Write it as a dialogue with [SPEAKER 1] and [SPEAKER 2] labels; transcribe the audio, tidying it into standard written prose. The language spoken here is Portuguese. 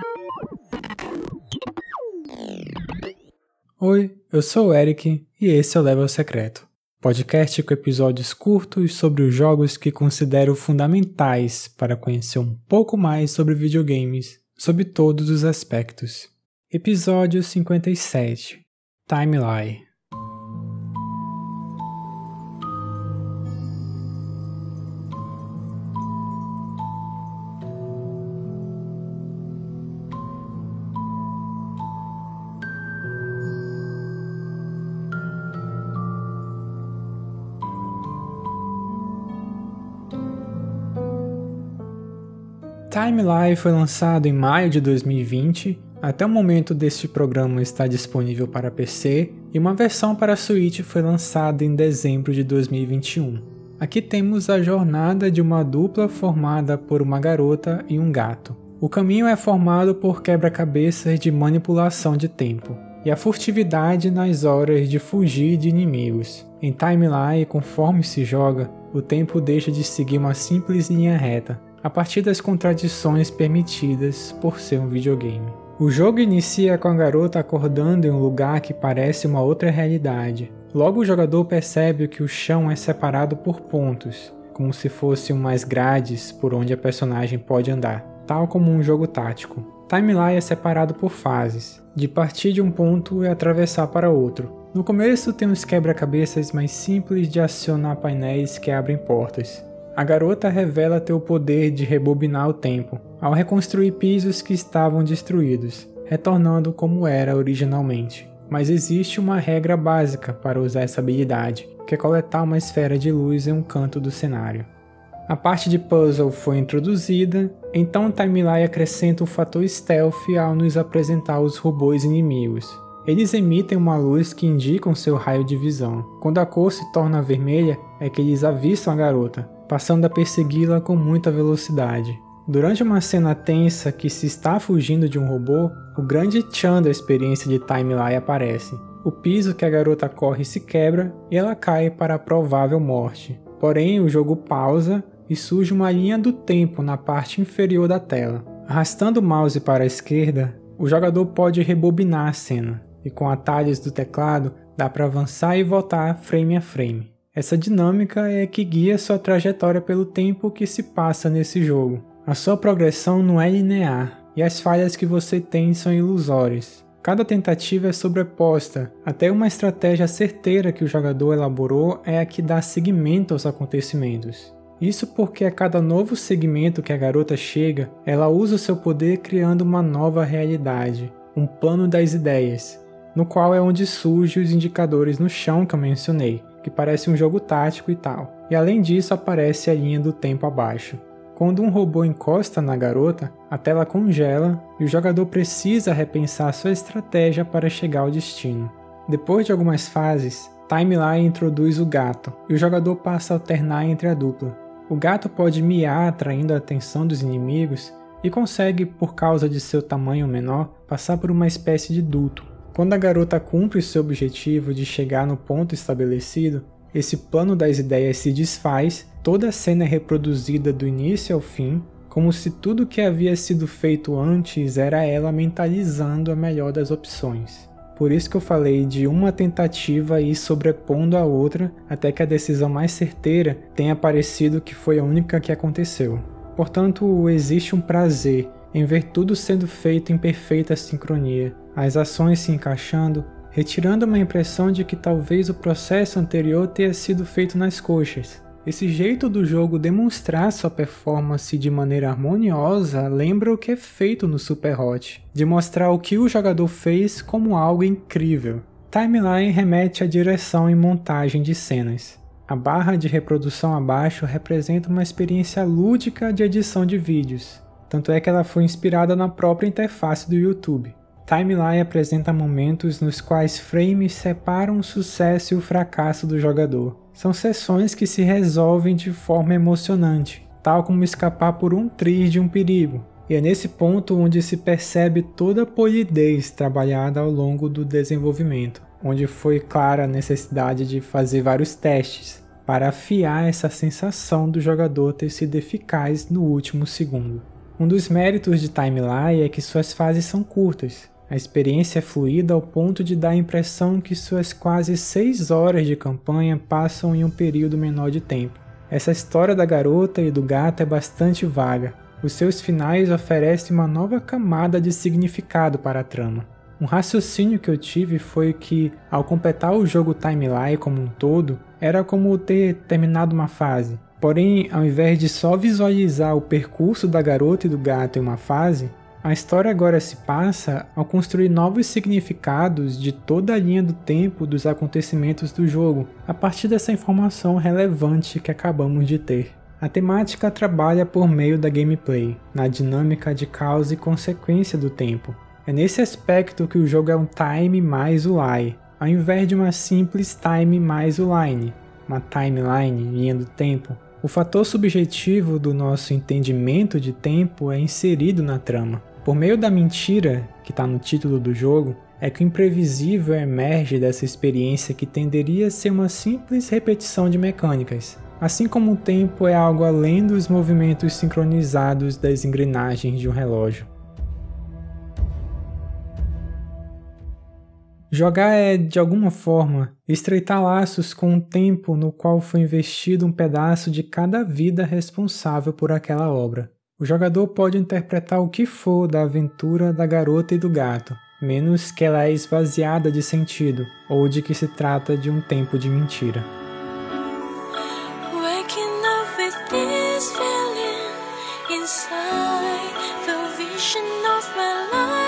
[SPEAKER 1] Oi, eu sou o Eric e esse é o Level Secreto, podcast com episódios curtos sobre os jogos que considero fundamentais para conhecer um pouco mais sobre videogames, sob todos os aspectos. Episódio 57, Timeline. Timeline foi lançado em maio de 2020, até o momento deste programa está disponível para PC, e uma versão para Switch foi lançada em dezembro de 2021. Aqui temos a jornada de uma dupla formada por uma garota e um gato. O caminho é formado por quebra-cabeças de manipulação de tempo, e a furtividade nas horas de fugir de inimigos. Em Timeline, conforme se joga, o tempo deixa de seguir uma simples linha reta, a partir das contradições permitidas por ser um videogame. O jogo inicia com a garota acordando em um lugar que parece uma outra realidade. Logo o jogador percebe que o chão é separado por pontos, como se fossem umas grades por onde a personagem pode andar, tal como um jogo tático. Timeline é separado por fases, de partir de um ponto e atravessar para outro. No começo tem uns quebra-cabeças mais simples de acionar painéis que abrem portas. A garota revela ter o poder de rebobinar o tempo, ao reconstruir pisos que estavam destruídos, retornando como era originalmente. Mas existe uma regra básica para usar essa habilidade, que é coletar uma esfera de luz em um canto do cenário. A parte de puzzle foi introduzida, então Timeline acrescenta o fator stealth ao nos apresentar os robôs inimigos. Eles emitem uma luz que indica seu raio de visão. Quando a cor se torna vermelha, é que eles avistam a garota, passando a persegui-la com muita velocidade. Durante uma cena tensa que se está fugindo de um robô, o grande tchan da experiência de Timeline aparece. O piso que a garota corre se quebra e ela cai para a provável morte. Porém, o jogo pausa e surge uma linha do tempo na parte inferior da tela. Arrastando o mouse para a esquerda, o jogador pode rebobinar a cena, e com atalhos do teclado dá para avançar e voltar frame a frame. Essa dinâmica é que guia sua trajetória pelo tempo que se passa nesse jogo. A sua progressão não é linear, e as falhas que você tem são ilusórias. Cada tentativa é sobreposta, até uma estratégia certeira que o jogador elaborou é a que dá seguimento aos acontecimentos. Isso porque a cada novo segmento que a garota chega, ela usa o seu poder criando uma nova realidade, um plano das ideias, no qual é onde surgem os indicadores no chão que eu mencionei, que parece um jogo tático e tal. E além disso aparece a linha do tempo abaixo. Quando um robô encosta na garota, a tela congela e o jogador precisa repensar sua estratégia para chegar ao destino. Depois de algumas fases, Timeline introduz o gato e o jogador passa a alternar entre a dupla. O gato pode miar atraindo a atenção dos inimigos e consegue, por causa de seu tamanho menor, passar por uma espécie de duto. Quando a garota cumpre seu objetivo de chegar no ponto estabelecido, esse plano das ideias se desfaz, toda a cena é reproduzida do início ao fim, como se tudo que havia sido feito antes era ela mentalizando a melhor das opções. Por isso que eu falei de uma tentativa ir sobrepondo a outra até que a decisão mais certeira tenha parecido que foi a única que aconteceu. Portanto, existe um prazer em ver tudo sendo feito em perfeita sincronia, as ações se encaixando, retirando uma impressão de que talvez o processo anterior tenha sido feito nas coxas. Esse jeito do jogo demonstrar sua performance de maneira harmoniosa lembra o que é feito no Superhot, de mostrar o que o jogador fez como algo incrível. Timeline remete à direção e montagem de cenas. A barra de reprodução abaixo representa uma experiência lúdica de edição de vídeos, tanto é que ela foi inspirada na própria interface do YouTube. Timeline apresenta momentos nos quais frames separam o sucesso e o fracasso do jogador. São sessões que se resolvem de forma emocionante, tal como escapar por um triz de um perigo. E é nesse ponto onde se percebe toda a polidez trabalhada ao longo do desenvolvimento, onde foi clara a necessidade de fazer vários testes para afiar essa sensação do jogador ter sido eficaz no último segundo. Um dos méritos de Timeline é que suas fases são curtas. A experiência é fluida ao ponto de dar a impressão que suas quase 6 horas de campanha passam em um período menor de tempo. Essa história da garota e do gato é bastante vaga. Os seus finais oferecem uma nova camada de significado para a trama. Um raciocínio que eu tive foi que, ao completar o jogo Timeline como um todo, era como ter terminado uma fase. Porém, ao invés de só visualizar o percurso da garota e do gato em uma fase, a história agora se passa ao construir novos significados de toda a linha do tempo dos acontecimentos do jogo, a partir dessa informação relevante que acabamos de ter. A temática trabalha por meio da gameplay, na dinâmica de causa e consequência do tempo. É nesse aspecto que o jogo é um time mais lie, ao invés de uma simples time mais line, uma timeline, linha do tempo. O fator subjetivo do nosso entendimento de tempo é inserido na trama. Por meio da mentira, que está no título do jogo, é que o imprevisível emerge dessa experiência que tenderia a ser uma simples repetição de mecânicas. Assim como o tempo é algo além dos movimentos sincronizados das engrenagens de um relógio. Jogar é, de alguma forma, estreitar laços com o tempo no qual foi investido um pedaço de cada vida responsável por aquela obra. O jogador pode interpretar o que for da aventura da garota e do gato, menos que ela é esvaziada de sentido, ou de que se trata de um tempo de mentira.
[SPEAKER 2] Inside the vision of my life.